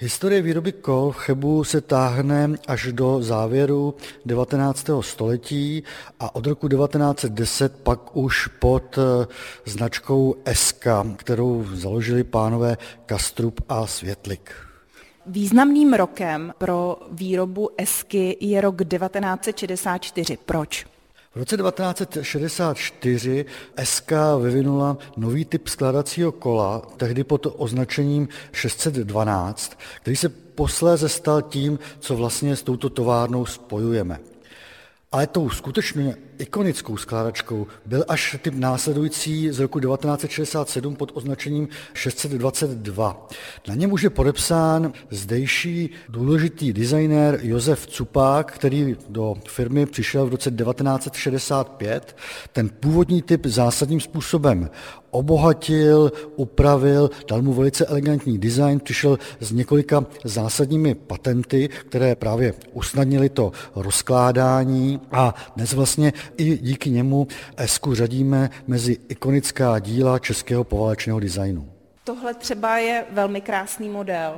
Historie výroby kol v Chebu se táhne až do závěru 19. století a od roku 1910 pak už pod značkou SK, kterou založili pánové Kastrup a Světlik. Významným rokem pro výrobu esky je rok 1964. Proč? V roce 1964 SK vyvinula nový typ skládacího kola, tehdy pod označením 612, který se posléze stal tím, co vlastně s touto továrnou spojujeme. Ale tou skutečně ikonickou skládačkou byl až typ následující z roku 1967 pod označením 622. Na něm už je podepsán zdejší důležitý designér Josef Cupák, který do firmy přišel v roce 1965. Ten původní typ zásadním způsobem obohatil, upravil, dal mu velice elegantní design, přišel s několika zásadními patenty, které právě usnadnily to rozkládání a dnes vlastně i díky němu esku řadíme mezi ikonická díla českého poválečného designu. Tohle třeba je velmi krásný model.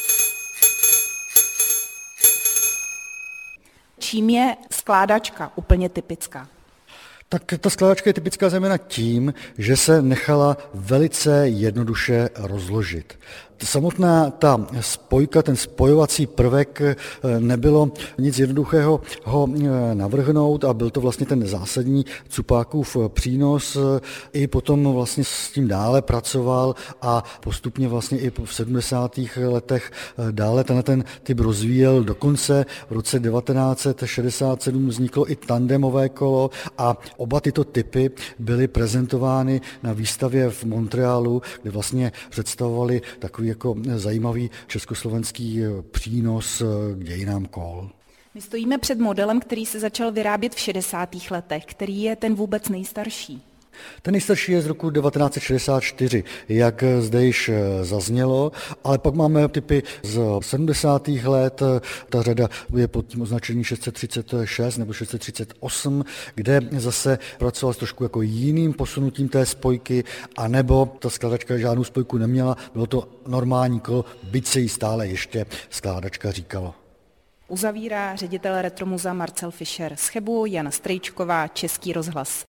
Čím je skládačka úplně typická? Tak ta skládačka je typická zejména tím, že se nechala velice jednoduše rozložit. Samotná ta spojka, ten spojovací prvek, nebylo nic jednoduchého ho navrhnout a byl to vlastně ten zásadní Cupákův přínos. I potom vlastně s tím dále pracoval a postupně vlastně i v 70. letech dále ten typ rozvíjel. Dokonce v roce 1967 vzniklo i tandemové kolo a oba tyto typy byly prezentovány na výstavě v Montrealu, kde vlastně představovali takový jako zajímavý československý přínos k dějinám kol. My stojíme před modelem, který se začal vyrábět v 60. letech. Který je ten vůbec nejstarší? Ten nejstarší je z roku 1964, jak zde již zaznělo, ale pak máme typy z 70. let, ta řada je pod tím označením 636 nebo 638, kde zase pracoval s trošku jako jiným posunutím té spojky, anebo ta skládačka žádnou spojku neměla, bylo to normální kolo, byť se jí stále ještě skládačka říkalo. Uzavírá ředitel Retromuzea Marcel Fischer. Z Chebu Jana Strejčková, Český rozhlas.